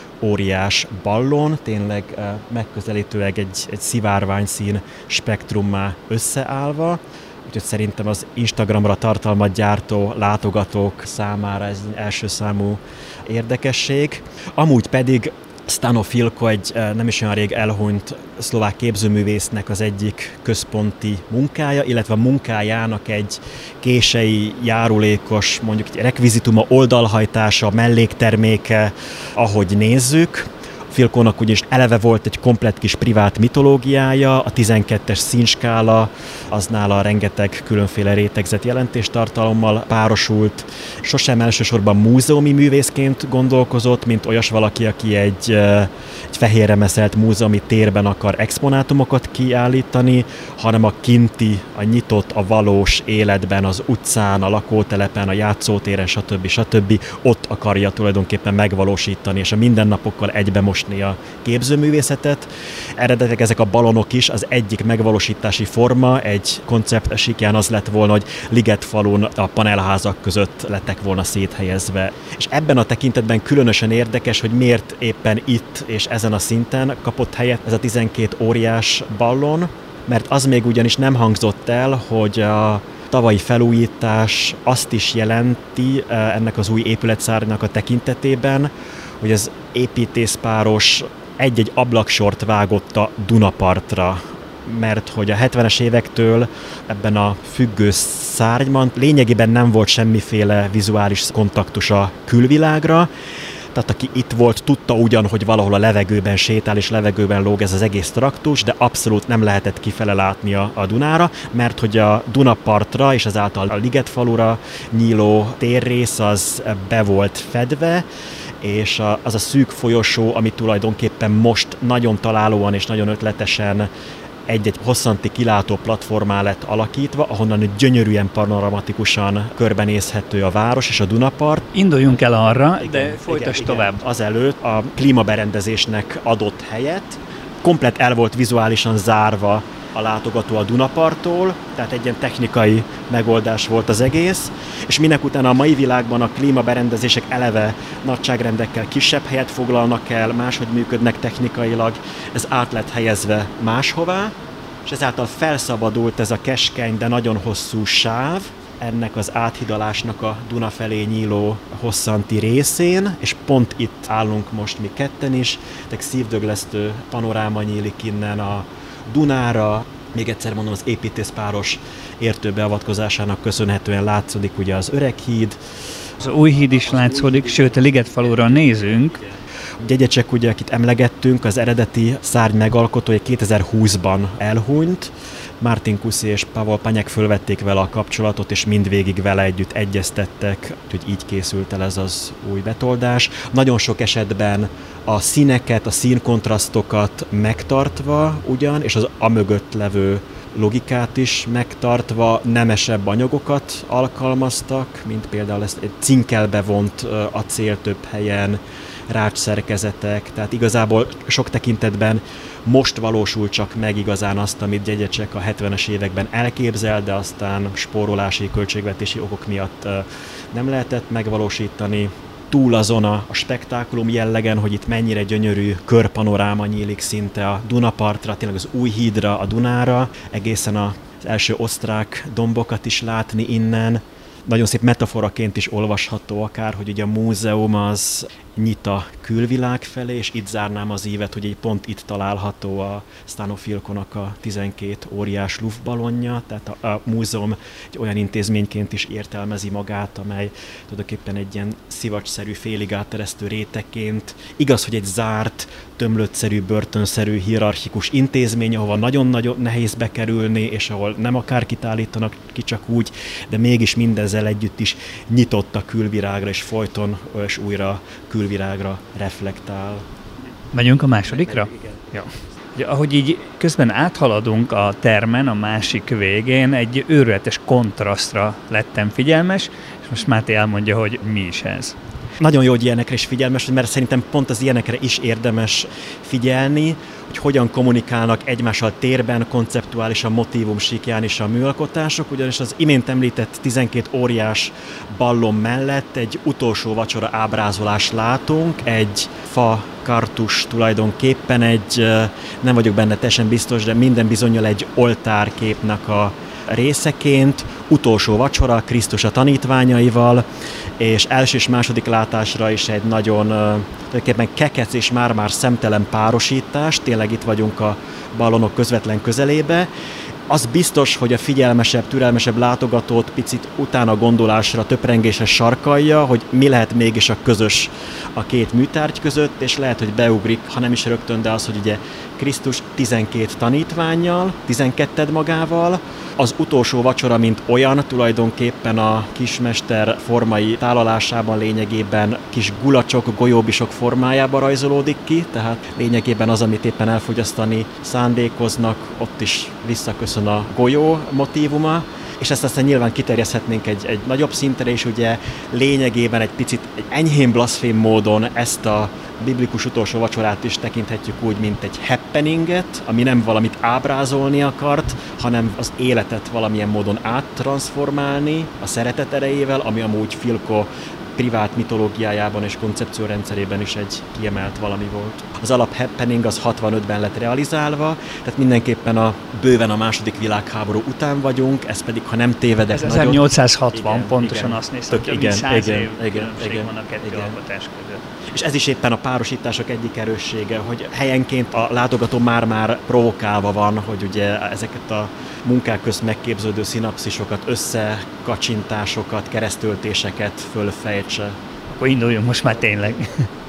óriás ballon, tényleg megközelítőleg egy szivárványszín spektrummá összeállva. úgyhogy szerintem az Instagramra tartalmat gyártó látogatók számára ez első számú érdekesség. Amúgy pedig Stano Filko egy nem is olyan rég elhunyt szlovák képzőművésznek az egyik központi munkája, illetve a munkájának egy kései, járulékos, mondjuk egy rekvizituma, oldalhajtása, mellékterméke, ahogy nézzük. Filkónak ugyanis eleve volt egy komplett kis privát mitológiája, a 12-es színskála, az nála rengeteg különféle rétegzett jelentéstartalommal párosult. Sosem elsősorban múzeumi művészként gondolkozott, mint olyas valaki, aki egy fehérre meszelt múzeumi térben akar exponátumokat kiállítani, hanem a kinti, a nyitott, a valós életben, az utcán, a lakótelepen, a játszótéren, stb. Ott akarja tulajdonképpen megvalósítani, és a mindennapokkal egybe mosni a képzőművészetet. Eredetileg ezek a balonok is az egyik megvalósítási forma, egy koncept sikján az lett volna, hogy Ligetfalun a panelházak között lettek volna széthelyezve. És ebben a tekintetben különösen érdekes, hogy miért éppen itt és ezen a szinten kapott helyet ez a 12 óriás ballon, mert az még ugyanis nem hangzott el, hogy a tavalyi felújítás azt is jelenti ennek az új épületszárnynak a tekintetében, hogy az építészpáros egy-egy ablaksort vágott a Dunapartra, mert hogy a 70-es évektől ebben a függő szárnyban lényegében nem volt semmiféle vizuális kontaktus a külvilágra, tehát aki itt volt, tudta ugyan, hogy valahol a levegőben sétál és levegőben lóg ez az egész traktus, de abszolút nem lehetett kifele látni a Dunára, mert hogy a Dunapartra és ezáltal a Ligetfalura nyíló térrész az be volt fedve, és az a szűk folyosó, ami tulajdonképpen most nagyon találóan és nagyon ötletesen egy-egy hosszanti kilátó platformá lett alakítva, ahonnan gyönyörűen panoramatikusan körbenézhető a város és a Dunapart. Induljunk el arra, de folytasd tovább. Azelőtt a klímaberendezésnek adott helyet, komplett el volt vizuálisan zárva a látogató a Dunaparttól, tehát egy ilyen technikai megoldás volt az egész, és minek utána a mai világban a klímaberendezések eleve nagyságrendekkel kisebb helyet foglalnak el, máshogy működnek technikailag, ez át lett helyezve máshová, és ezáltal felszabadult ez a keskeny, de nagyon hosszú sáv, ennek az áthidalásnak a Duna felé nyíló hosszanti részén, és pont itt állunk most mi ketten is, tehát szívdöglesztő panoráma nyílik innen a Dunára, még egyszer mondom, az építészpáros értő beavatkozásának köszönhetően látszódik ugye az öreg híd. Az új híd is látszódik, sőt a Ligetfalura nézünk. Gyegecsek, ugye, akit emlegettünk, az eredeti szárny megalkotója 2020-ban elhunyt. Martin Kuszi és Pavol Panyek fölvették vele a kapcsolatot, és mindvégig vele együtt egyeztettek, hogy így készült el ez az új betoldás. Nagyon sok esetben a színeket, a színkontrasztokat megtartva ugyan, és az amögött levő logikát is megtartva nemesebb anyagokat alkalmaztak, mint például ezt egy cinkelbe vont acél több helyen, rácsszerkezetek, tehát igazából sok tekintetben most valósul csak meg igazán azt, amit Gyegecsek a 70-es években elképzel, de aztán spórolási, költségvetési okok miatt nem lehetett megvalósítani. Túl azon a spektákulum jellegen, hogy itt mennyire gyönyörű körpanoráma nyílik szinte a Dunapartra, tényleg az új hídra, a Dunára, egészen az első osztrák dombokat is látni innen. Nagyon szép metaforaként is olvasható akár, hogy ugye a múzeum az nyit a külvilág felé, és itt zárnám az ívet, hogy pont itt található a Stano Filkonak a 12 óriás luftballonja, tehát a múzeum egy olyan intézményként is értelmezi magát, amely tulajdonképpen egy ilyen szivacsszerű, félig átteresztő rétegként. Igaz, hogy egy zárt, tömlöttszerű, börtönszerű, hierarchikus intézmény, ahova nagyon-nagyon nehéz bekerülni, és ahol nem akárkit állítanak ki csak úgy, de mégis mindezzel együtt is nyitott a külvilágra, és folyton és újra külvilágra reflektál. Megyünk a másodikra? Ja. Ugye, ahogy így közben áthaladunk a termen, a másik végén, egy őrületes kontrasztra lettem figyelmes, és most Máté elmondja, hogy mi is ez. Nagyon jó, hogy ilyenekre is figyelmes, mert szerintem pont az ilyenekre is érdemes figyelni, hogy hogyan kommunikálnak egymással térben, konceptuálisan, motívum síkján is a műalkotások, ugyanis az imént említett 12 óriás ballon mellett egy utolsó vacsora ábrázolás látunk, egy fa kartus tulajdonképpen, egy, nem vagyok benne teljesen biztos, de minden bizonnyal egy oltárképnek a részeként, utolsó vacsora Krisztus a tanítványaival, és első és második látásra is egy nagyon tulajdonképpen kekec és már-már szemtelen párosítás, tényleg itt vagyunk a ballonok közvetlen közelébe. Az biztos, hogy a figyelmesebb, türelmesebb látogatót picit utána gondolásra, töprengésre sarkalja, hogy mi lehet mégis a közös a két műtárgy között, és lehet, hogy beugrik, ha nem is rögtön, de az, hogy ugye Krisztus 12 tanítvánnyal, 12 magával, az utolsó vacsora, mint olyan, tulajdonképpen a kismester formai tálalásában lényegében kis gulacsok, golyóbisok formájába rajzolódik ki, tehát lényegében az, amit éppen elfogyasztani szándékoznak, ott is visszaköszön a golyó motívuma, és ezt aztán nyilván kiterjeszthetnénk egy nagyobb szintre, és ugye lényegében egy picit egy enyhén blaszfém módon ezt a biblikus utolsó vacsorát is tekinthetjük úgy, mint egy happeninget, ami nem valamit ábrázolni akart, hanem az életet valamilyen módon áttranszformálni a szeretet erejével, ami amúgy Filko privát mitológiájában és koncepciórendszerében is egy kiemelt valami volt. Az alap happening az 65-ben lett realizálva, tehát mindenképpen bőven a második világháború után vagyunk, ez pedig, ha nem tévedek, ez 1860, igen, pontosan igen, azt néztem, hogy 100 év különbség van a kettő igen. alkotás között. És ez is éppen a párosítások egyik erőssége, hogy helyenként a látogató már provokálva van, hogy ugye ezeket a munkák közt megképződő szinapszisokat, összekacsintásokat, keresztöltéseket fölfejtse. Akkor induljunk most már tényleg.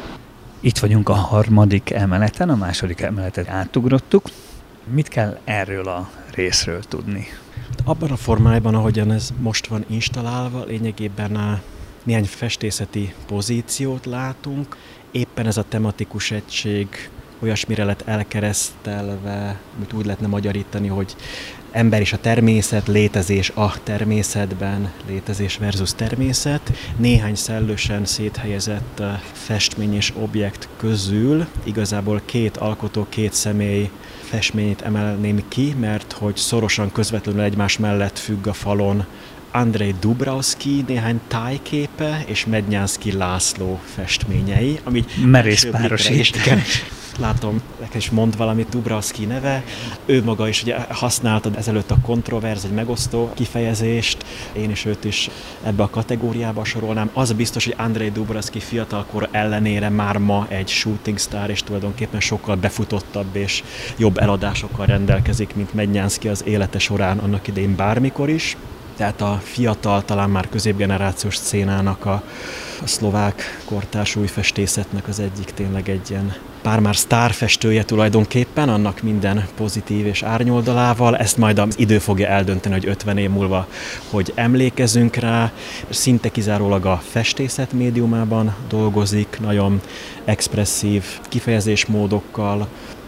Itt vagyunk a 3. emeleten, a 2. emeletet átugrottuk. Mit kell erről a részről tudni? Abban a formájában, ahogyan ez most van installálva, lényegében néhány festészeti pozíciót látunk. Éppen ez a tematikus egység olyasmire lett elkeresztelve, amit úgy lehetne magyarítani, hogy ember és a természet, létezés a természetben, létezés versus természet. Néhány szellősen széthelyezett festmény és objekt közül igazából 2 alkotó, 2 személy festményét emelném ki, mert hogy szorosan közvetlenül egymás mellett függ a falon Andrej Dubravsky néhány tájképe és Mednyánszky László festményei, ami merész párosítás. Látom, nekem is mond valamit Dubravsky neve. Ő maga is ugye használta ezelőtt a kontroverz, egy megosztó kifejezést. Én is őt is ebbe a kategóriába sorolnám. Az biztos, hogy Andrej Dubravsky fiatalkor ellenére már ma egy shooting star, és tulajdonképpen sokkal befutottabb és jobb eladásokkal rendelkezik, mint Mednyánszky az élete során annak idején bármikor is. Tehát a fiatal, talán már középgenerációs szcénának, a szlovák kortárs újfestészetnek az egyik tényleg egy ilyen már sztárfestője tulajdonképpen, annak minden pozitív és árnyoldalával. Ezt majd az idő fogja eldönteni, hogy 50 év múlva, hogy emlékezünk rá. Szinte kizárólag a festészet médiumában dolgozik, nagyon expresszív kifejezésmódokkal,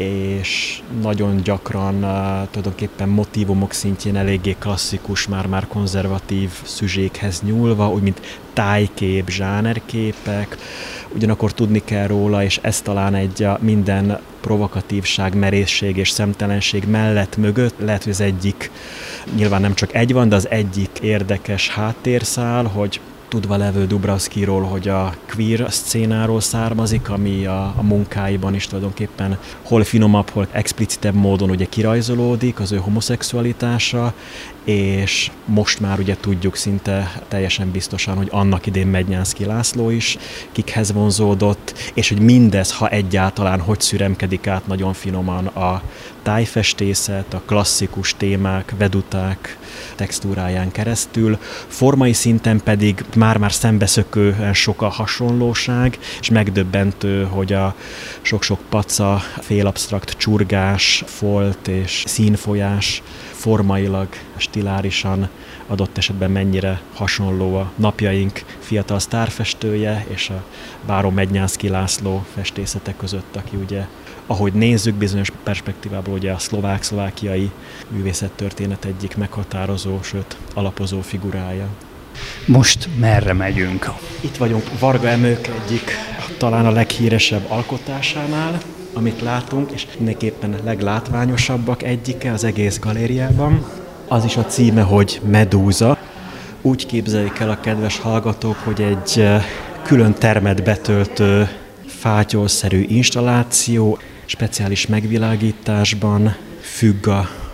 és nagyon gyakran tulajdonképpen motívumok szintjén eléggé klasszikus, már konzervatív szüzsékhez nyúlva, úgy mint tájkép, zsánerképek. Ugyanakkor tudni kell róla, és ez talán egy minden provokatívság, merészség és szemtelenség mellett mögött, lehet, hogy az egyik, nyilván nem csak egy van, de az egyik érdekes háttérszál, hogy tudva levő Dubravskyról, hogy a queer szcénáról származik, ami a munkáiban is tulajdonképpen hol finomabb, hol explicitebb módon ugye kirajzolódik, az ő homoszexualitása, és most már ugye tudjuk szinte teljesen biztosan, hogy annak idén Mednyánszky László is kikhez vonzódott, és hogy mindez, ha egyáltalán, hogy szüremkedik át nagyon finoman a tájfestészet, a klasszikus témák, veduták textúráján keresztül, formai szinten pedig már szembeszökően sok a hasonlóság, és megdöbbentő, hogy a sok-sok paca, félabsztrakt csurgás, folt és színfolyás formailag, stilárisan adott esetben mennyire hasonló a napjaink fiatal sztárfestője és a báró Mednyánszky László festészete között, aki ugye, ahogy nézzük bizonyos perspektívából, ugye a szlovákiai művészettörténet egyik meghatározó, sőt alapozó figurája. Most merre megyünk? Itt vagyunk Varga Emők egyik, talán a leghíresebb alkotásánál, amit látunk, és mindenképpen leglátványosabbak egyike az egész galériában. Az is a címe, hogy Medúza. Úgy képzeljék el a kedves hallgatók, hogy egy külön termet betöltő fátyolszerű installáció, speciális megvilágításban függ a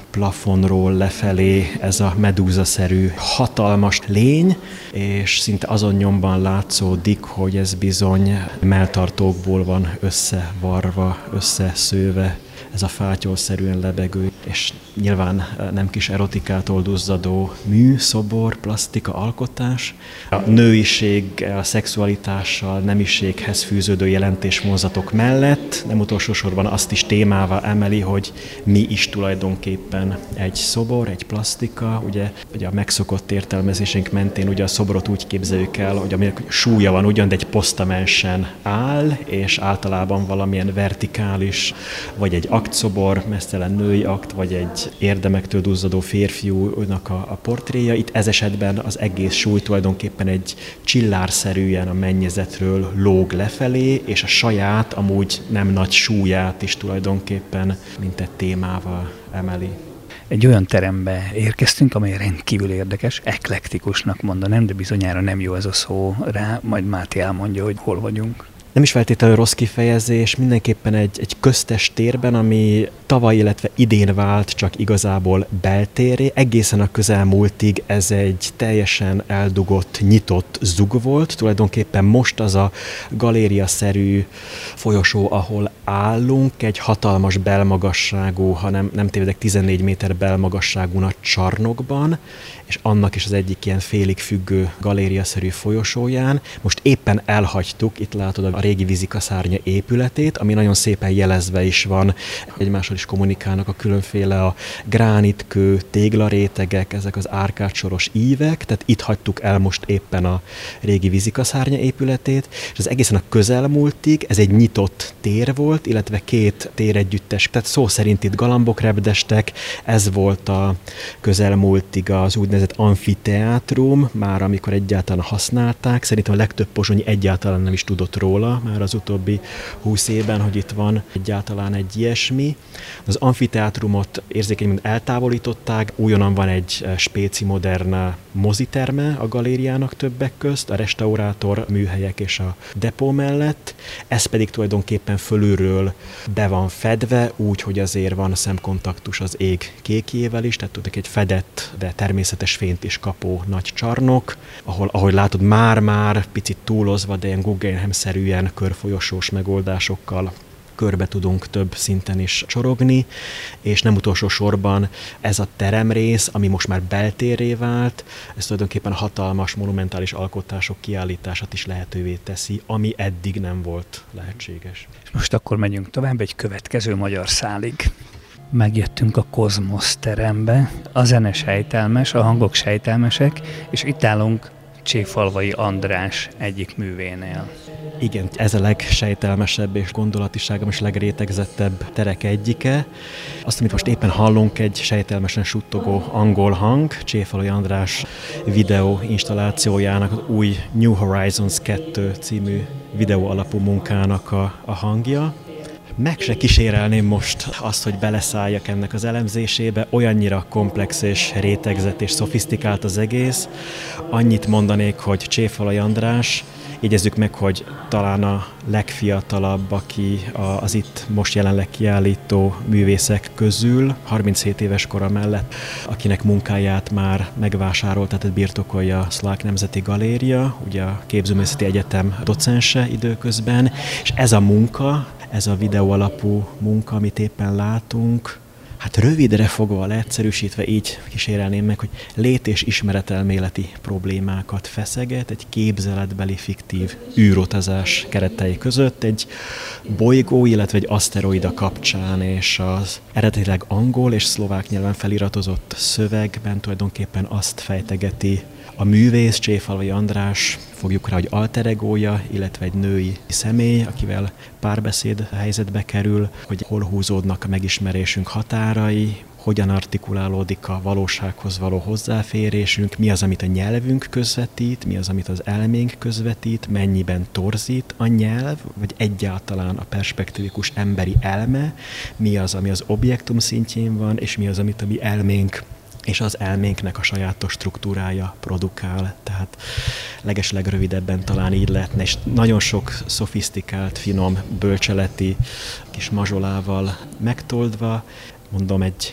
plafonról lefelé ez a medúzaszerű hatalmas lény, és szinte azon nyomban látszódik, hogy ez bizony melltartókból van összevarva, összeszőve, ez a fátyolszerűen lebegő, és nyilván nem kis erotikától duzzadó mű, szobor, plasztika, alkotás. A nőiség, a szexualitással, nemiséghez fűződő jelentésvonzatok mellett nem utolsó sorban azt is témává emeli, hogy mi is tulajdonképpen egy szobor, egy plasztika. Ugye a megszokott értelmezésünk mentén ugye a szobrot úgy képzeljük el, hogy aminek súlya van ugyan, de egy posztamensen áll, és általában valamilyen vertikális, vagy egy aktszobor, meztelen női akt, vagy egy érdemektől duzzadó férfiúnak a portréja. Itt ez esetben az egész súly tulajdonképpen egy csillárszerűen a mennyezetről lóg lefelé, és a saját, amúgy nem nagy súlyát is tulajdonképpen mint egy témával emeli. Egy olyan terembe érkeztünk, amely rendkívül érdekes, eklektikusnak mondanám, de bizonyára nem jó ez a szó rá, majd Máté elmondja, hogy hol vagyunk. Nem is feltétlenül rossz kifejezés, mindenképpen egy köztes térben, ami tavaly, illetve idén vált csak igazából beltérré. Egészen a közelmúltig ez egy teljesen eldugott, nyitott zug volt. Tulajdonképpen most az a galériaszerű folyosó, ahol állunk, egy hatalmas belmagasságú, hanem nem tévedek, 14 méter belmagasságú nagy csarnokban, és annak is az egyik ilyen félig függő galériaszerű folyosóján. Most éppen elhagytuk, itt látod a régi vizikaszárnya épületét, ami nagyon szépen jelezve is van, egymással is kommunikálnak a különféle a gránitkő, téglarétegek, ezek az árkádsoros ívek, tehát itt hagytuk el most éppen a régi vizikaszárnya épületét, és az egészen a közelmúltig ez egy nyitott tér volt, illetve két téregyüttes, tehát szó szerint itt galambok repdestek, ez volt a közelmúltig az úgynevezett amfiteátrum, már amikor egyáltalán használták, szerintem a legtöbb pozsonyi egyáltalán nem is tudott róla, már az utóbbi 20 évben, hogy itt van egyáltalán egy ilyesmi. Az amfiteátrumot érzékenyen eltávolították, újonnan van egy spéci modern moziterme a galériának többek közt, a restaurátor műhelyek és a depó mellett, ez pedig tulajdonképpen fölülről be van fedve, úgy, hogy azért van szemkontaktus az ég kékjével is, tehát tudok egy fedett, de természetes fényt is kapó nagy csarnok, ahol, ahogy látod, már picit túlozva, de ilyen Guggenheim-szerűen körfolyosós megoldásokkal körbe tudunk több szinten is csorogni, és nem utolsó sorban ez a teremrész, ami most már beltérré vált, ez tulajdonképpen hatalmas, monumentális alkotások kiállítását is lehetővé teszi, ami eddig nem volt lehetséges. És most akkor megyünk tovább egy következő magyar szálig. Megjöttünk a Kozmosz terembe, a zene sejtelmes, a hangok sejtelmesek, és itt állunk Cséfalvai András egyik művénél. Igen, ez a legsejtelmesebb és gondolatiságom és legrétegzettebb terek egyike. Azt, amit most éppen hallunk, egy sejtelmesen suttogó angol hang, Cséfalvai András videó installációjának, az új New Horizons 2 című videó alapú munkának a hangja. Meg se kísérelném most azt, hogy beleszálljak ennek az elemzésébe, olyannyira komplex és rétegzett és szofisztikált az egész. Annyit mondanék, hogy Cséfalvai András, jegyezzük meg, hogy talán a legfiatalabb, aki az itt most jelenleg kiállító művészek közül, 37 éves kora mellett, akinek munkáját már megvásárolt, tehát birtokolja a Szlovák Nemzeti Galéria, ugye a Képzőművészeti Egyetem docense időközben, és ez a munka, ez a videó alapú munka, amit éppen látunk, hát rövidre fogva, leegyszerűsítve így kísérelném meg, hogy lét- és ismeretelméleti problémákat feszeget egy képzeletbeli fiktív űrutazás keretei között, egy bolygó, illetve egy aszteroida kapcsán, és az eredetileg angol és szlovák nyelven feliratozott szövegben tulajdonképpen azt fejtegeti a művész, Cséfalvai András, fogjuk rá, hogy alter egója, illetve egy női személy, akivel párbeszéd helyzetbe kerül, hogy hol húzódnak a megismerésünk határai, hogyan artikulálódik a valósághoz való hozzáférésünk, mi az, amit a nyelvünk közvetít, mi az, amit az elménk közvetít, mennyiben torzít a nyelv, vagy egyáltalán a perspektívikus emberi elme, mi az, ami az objektum szintjén van, és mi az, amit a mi elménk és az elménknek a sajátos struktúrája produkál. Tehát legeslegrövidebben talán így lehetne, és nagyon sok szofisztikált, finom, bölcseleti kis mazsolával megtoldva, mondom, egy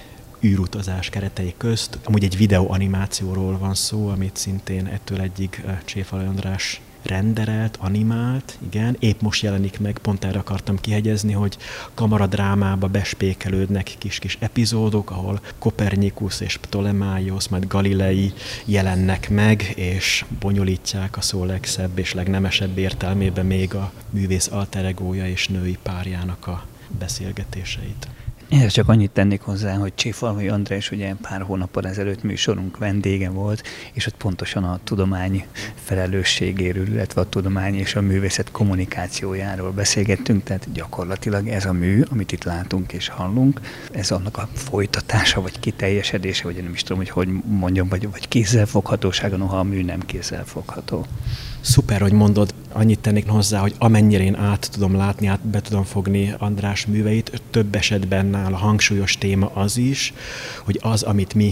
űrutazás keretei közt. Amúgy egy videóanimációról van szó, amit szintén ettől egyig Cséfalay András renderelt, animált, igen. Épp most jelenik meg, pont erre akartam kihegyezni, hogy kamaradrámába bespékelődnek kis-kis epizódok, ahol Kopernikus és Ptolemaiosz, majd Galilei jelennek meg, és bonyolítják a szó legszebb és legnemesebb értelmében még a művész alter egója és női párjának a beszélgetéseit. Ehhez csak annyit tennék hozzá, hogy Cséfalay András ugye pár hónappal ezelőtt műsorunk vendége volt, és ott pontosan a tudomány felelősségéről, illetve a tudomány és a művészet kommunikációjáról beszélgettünk, tehát gyakorlatilag ez a mű, amit itt látunk és hallunk, ez annak a folytatása, vagy kiteljesedése, vagy nem is tudom, hogy mondjam, vagy kézzelfoghatósága, noha a mű nem kézzelfogható. Szuper, hogy mondod, annyit tennék hozzá, hogy amennyire én át tudom látni, be tudom fogni András műveit, több esetben nála hangsúlyos téma az is, hogy az, amit mi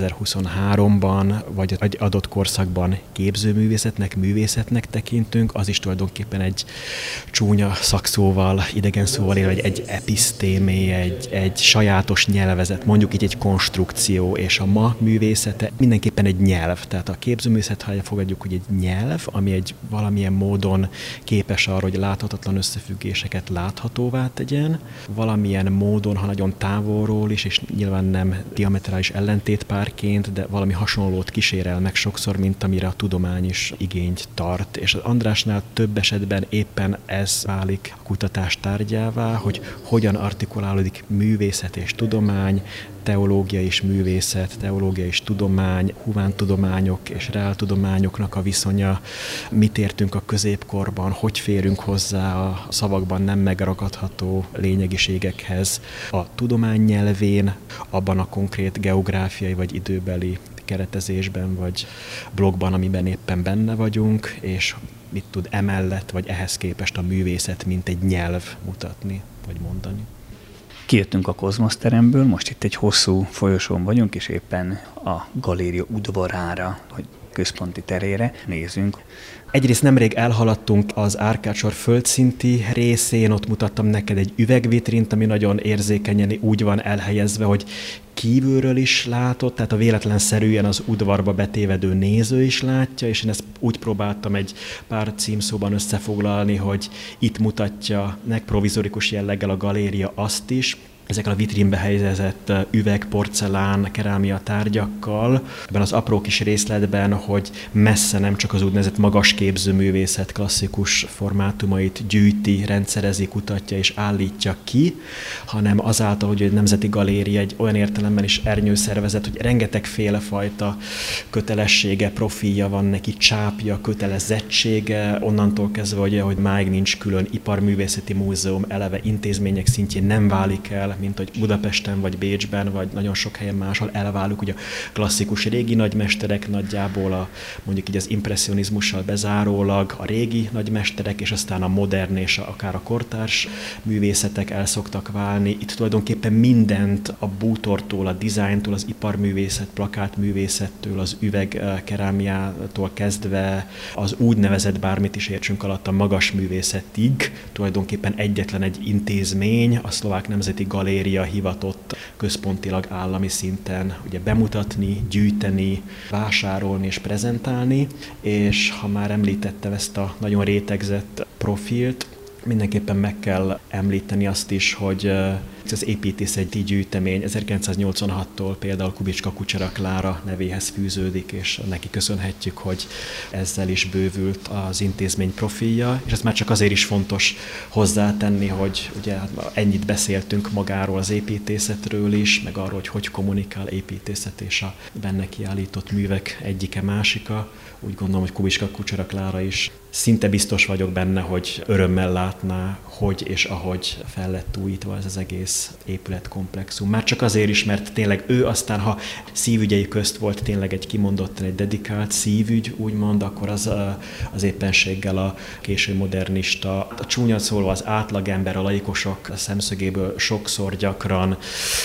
2023-ban, vagy egy adott korszakban képzőművészetnek, művészetnek tekintünk, az is tulajdonképpen egy csúnya szakszóval, idegen szóval élve, egy episztémé, egy sajátos nyelvezet, mondjuk így egy konstrukció, és a ma művészete mindenképpen egy nyelv. Tehát a képzőművészet, ha elfogadjuk, hogy egy nyelv, ami egy valamilyen módon képes arra, hogy láthatatlan összefüggéseket láthatóvá tegyen, valamilyen módon, ha nagyon távolról is, és nyilván nem diametrális ellentétpárként, de valami hasonlót kísérel meg sokszor, mint amire a tudomány is igényt tart. És az Andrásnál több esetben éppen ez válik a kutatás tárgyává, hogy hogyan artikulálódik művészet és tudomány, teológia és művészet, teológia és tudomány, humántudományok és reáltudományoknak a viszonya, mit értünk a középkorban, hogy férünk hozzá a szavakban nem megragadható lényegiségekhez a tudomány nyelvén, abban a konkrét geográfiai vagy időbeli keretezésben vagy blogban, amiben éppen benne vagyunk, és mit tud emellett vagy ehhez képest a művészet, mint egy nyelv mutatni vagy mondani. Kijöttünk a Kozmosz teremből, most itt egy hosszú folyosón vagyunk, és éppen a galéria udvarára, vagy központi terére nézünk. Egyrészt nemrég elhaladtunk az árkádsor földszinti részén, ott mutattam neked egy üvegvitrint, ami nagyon érzékenyen úgy van elhelyezve, hogy kívülről is látod, tehát a véletlenszerűen az udvarba betévedő néző is látja, és én ezt úgy próbáltam egy pár címszóban összefoglalni, hogy itt mutatja provizorikus jelleggel a galéria azt is, ezekkel a vitrínbe helyezett üveg, porcelán, kerámia tárgyakkal, ebben az apró kis részletben, hogy messze nem csak az úgynevezett magas képzőművészet klasszikus formátumait gyűjti, rendszerezi, kutatja és állítja ki, hanem azáltal, hogy a Nemzeti Galéria egy olyan értelemben is ernyőszervezet, hogy rengetegféle fajta kötelessége, profilja van neki, csápja, kötelezettsége, onnantól kezdve, hogy máig nincs külön iparművészeti múzeum, eleve intézmények szintjén nem válik el, mint hogy Budapesten, vagy Bécsben, vagy nagyon sok helyen máshol elválunk, ugye a klasszikus régi nagymesterek nagyjából mondjuk így az impresszionizmussal bezárólag a régi nagymesterek, és aztán a modern és akár a kortárs művészetek el szoktak válni. Itt tulajdonképpen mindent a bútortól, a dizájntól, az iparművészet, plakátművészettől, az üvegkerámiától kezdve az úgynevezett, bármit is értsünk alatt, a magas művészetig tulajdonképpen egyetlen egy intézmény, a Szlovák Nemzeti Galéria hivatott központilag állami szinten ugye bemutatni, gyűjteni, vásárolni és prezentálni, és ha már említettem ezt a nagyon rétegzett profilt, mindenképpen meg kell említeni azt is, hogy az építészeti gyűjtemény 1986-tól például Kubicska Kucsera Klára nevéhez fűződik, és neki köszönhetjük, hogy ezzel is bővült az intézmény profilja, és ez már csak azért is fontos hozzátenni, hogy ugye ennyit beszéltünk magáról az építészetről is, meg arról, hogy kommunikál építészet és a benne kiállított művek egyike másika. Úgy gondolom, hogy Kubicska Kucsera Klára is szinte biztos vagyok benne, hogy örömmel látná, hogy és ahogy fel lett újítva ez az egész épületkomplexum. Már csak azért is, mert tényleg ő aztán, ha szívügyei közt volt tényleg egy kimondottan egy dedikált szívügy, úgymond, akkor az éppenséggel a késő modernista, a csúnya szólva az átlagember, a laikusok szemszögéből sokszor gyakran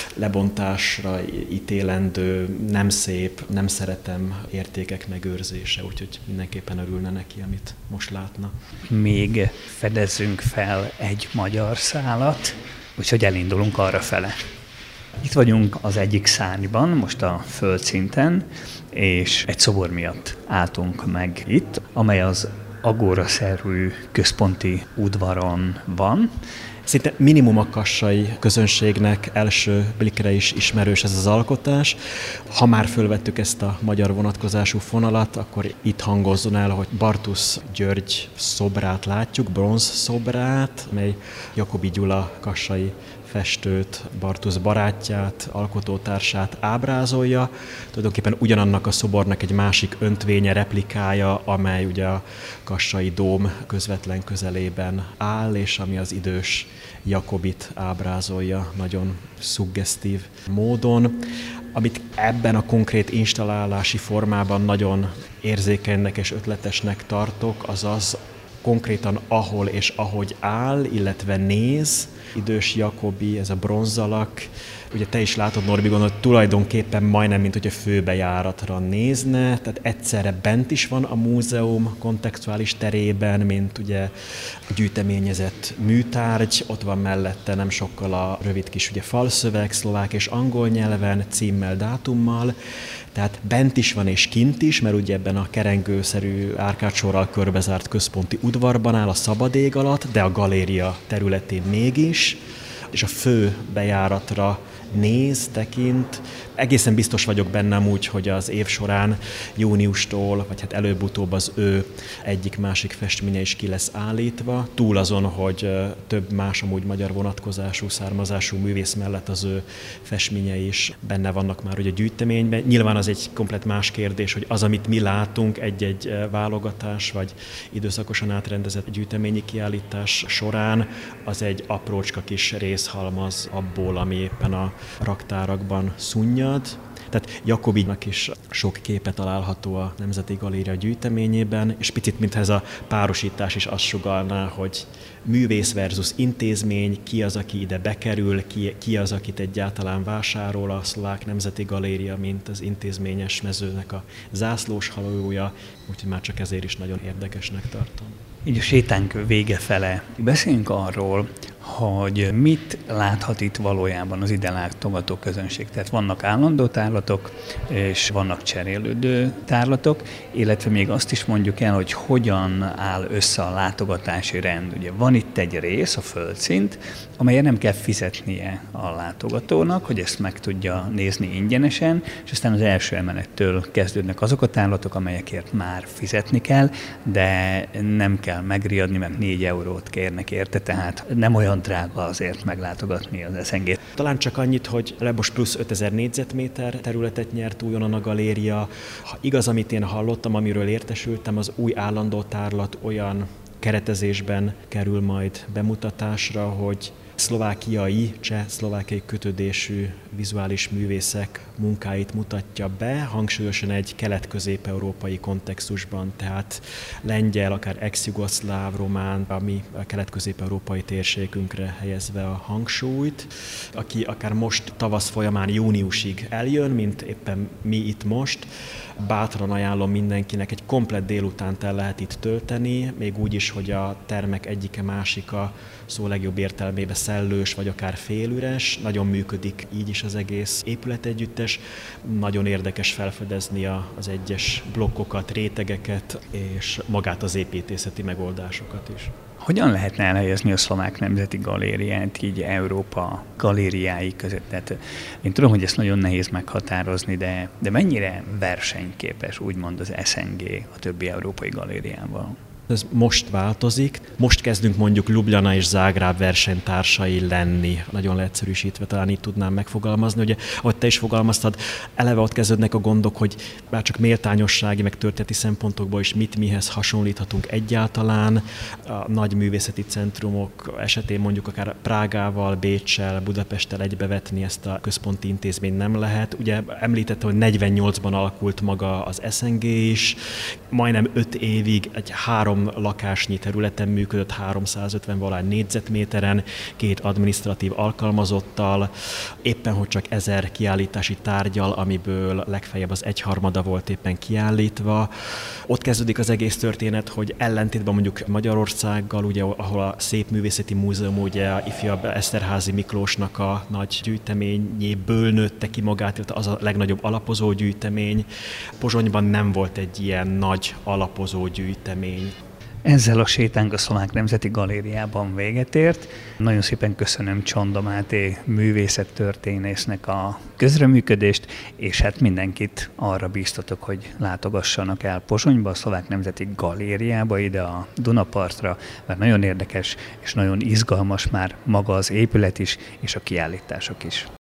lebontásra ítélendő, nem szép, nem szeretem értékek megőrzése, úgyhogy mindenképpen örülne neki, amit most látna. Még fedezzünk fel egy magyar szálat, úgyhogy elindulunk arra fele. Itt vagyunk az egyik szárnyban, most a földszinten, és egy szobor miatt álltunk meg itt, amely az agóraszerű központi udvaron van. Szinte minimum a kassai közönségnek első blikre is ismerős ez az alkotás. Ha már fölvettük ezt a magyar vonatkozású fonalat, akkor itt hangozzon el, hogy Bartusz György szobrát látjuk, bronz szobrát, mely Jacobi Gyula kassai festőt, Bartusz barátját, alkotótársát ábrázolja. Tulajdonképpen ugyanannak a szobornak egy másik öntvénye, replikája, amely ugye a kassai dóm közvetlen közelében áll, és ami az idős Jacobit ábrázolja nagyon szuggesztív módon. Amit ebben a konkrét installálási formában nagyon érzékenynek és ötletesnek tartok, az az konkrétan ahol és ahogy áll, illetve néz, idős Jacobi, ez a bronzalak. Ugye te is látod, Norbi, gondolod, tulajdonképpen majdnem, mint hogy a főbejáratra nézne, tehát egyszerre bent is van a múzeum kontextuális terében, mint ugye gyűjteményezett műtárgy, ott van mellette nem sokkal a rövid kis ugye falszöveg, szlovák és angol nyelven, címmel, dátummal, tehát bent is van és kint is, mert ugye ebben a kerengőszerű árkádsorral körbezárt központi udvarban áll a szabad ég alatt, de a galéria területén mégis, és a fő bejáratra néz, tekint. Egészen biztos vagyok bennem úgy, hogy az év során júniustól, vagy hát előbb-utóbb az ő egyik-másik festménye is ki lesz állítva. Túl azon, hogy több más amúgy magyar vonatkozású, származású művész mellett az ő festményei is benne vannak már ugye gyűjteményben. Nyilván az egy komplet más kérdés, hogy az, amit mi látunk egy-egy válogatás, vagy időszakosan átrendezett gyűjteményi kiállítás során, az egy aprócska kis részhalmaz abból, ami éppen a raktárakban szunnyad. Tehát Jacobinak is sok képe található a Nemzeti Galéria gyűjteményében, és picit, mintha ez a párosítás is azt sugallná, hogy művész versus intézmény, ki az, aki ide bekerül, ki az, akit egyáltalán vásárol a Szlovák Nemzeti Galéria, mint az intézményes mezőnek a zászlós hajója, úgyhogy már csak ezért is nagyon érdekesnek tartom. Így a sétánk vége fele. Beszéljünk arról, hogy mit láthat itt valójában az ide látogató közönség. Tehát vannak állandó tárlatok, és vannak cserélődő tárlatok, illetve még azt is mondjuk el, hogy hogyan áll össze a látogatási rend. Ugye van itt egy rész, a földszint, amelyen nem kell fizetnie a látogatónak, hogy ezt meg tudja nézni ingyenesen, és aztán az első emelettől kezdődnek azok a tárlatok, amelyekért már fizetni kell, de nem kell megriadni, mert 4 eurót kérnek érte, tehát nem olyan drága azért meglátogatni az SNG-t. Talán csak annyit, hogy most plusz 5000 négyzetméter területet nyert újonnan a galéria. Ha igaz, amit én hallottam, amiről értesültem, az új állandó tárlat olyan keretezésben kerül majd bemutatásra, hogy cseh-szlovákiai kötődésű vizuális művészek munkáit mutatja be, hangsúlyosan egy kelet-közép-európai kontextusban, tehát lengyel, akár ex-jugoszláv, román, ami a kelet-közép-európai térségünkre helyezve a hangsúlyt, aki akár most tavasz folyamán júniusig eljön, mint éppen mi itt most. Bátran ajánlom mindenkinek, egy komplett délutánt el lehet itt tölteni, még úgy is, hogy a termek egyike másika szó legjobb értelmében szellős, vagy akár félüres. Nagyon működik így is az egész épületegyüttes. Nagyon érdekes felfedezni az egyes blokkokat, rétegeket, és magát az építészeti megoldásokat is. Hogyan lehetne elhelyezni a Szlovák Nemzeti Galériát így Európa galériái között? Tehát én tudom, hogy ezt nagyon nehéz meghatározni, de mennyire versenyképes, úgymond az SNG a többi európai galériával? Ez most változik. Most kezdünk mondjuk Ljubljana és Zágráb versenytársai lenni. Nagyon leegyszerűsítve talán így tudnám megfogalmazni. Ugye, ahogy te is fogalmaztad, eleve ott kezdődnek a gondok, hogy bár csak méltányossági, meg történeti szempontokból is mihez hasonlíthatunk egyáltalán. A nagy művészeti centrumok esetén mondjuk akár Prágával, Béccsel, Budapesttel egybevetni ezt a központi intézményt nem lehet. Ugye említette, hogy 48-ban alakult maga az SNG is, majdnem 5 évig egy 3 3 lakásnyi területen működött, 350 négyzetméteren, 2 adminisztratív alkalmazottal, éppen hogy csak 1000 kiállítási tárgyal, amiből legfeljebb az 1/3 volt éppen kiállítva. Ott kezdődik az egész történet, hogy ellentétben mondjuk Magyarországgal, ugye, ahol a Szépművészeti Múzeum, ugye ifjabb Eszterházy Miklósnak a nagy gyűjteményéből nőtte ki magát, illetve az a legnagyobb alapozó gyűjtemény. Pozsonyban nem volt egy ilyen nagy alapozó gyűjtemény. Ezzel a sétánk a Szlovák Nemzeti Galériában véget ért. Nagyon szépen köszönöm Csonda Máté művészettörténésznek a közreműködést, és hát mindenkit arra bíztatok, hogy látogassanak el Pozsonyba, a Szlovák Nemzeti Galériába, ide a Dunapartra, mert nagyon érdekes és nagyon izgalmas már maga az épület is, és a kiállítások is.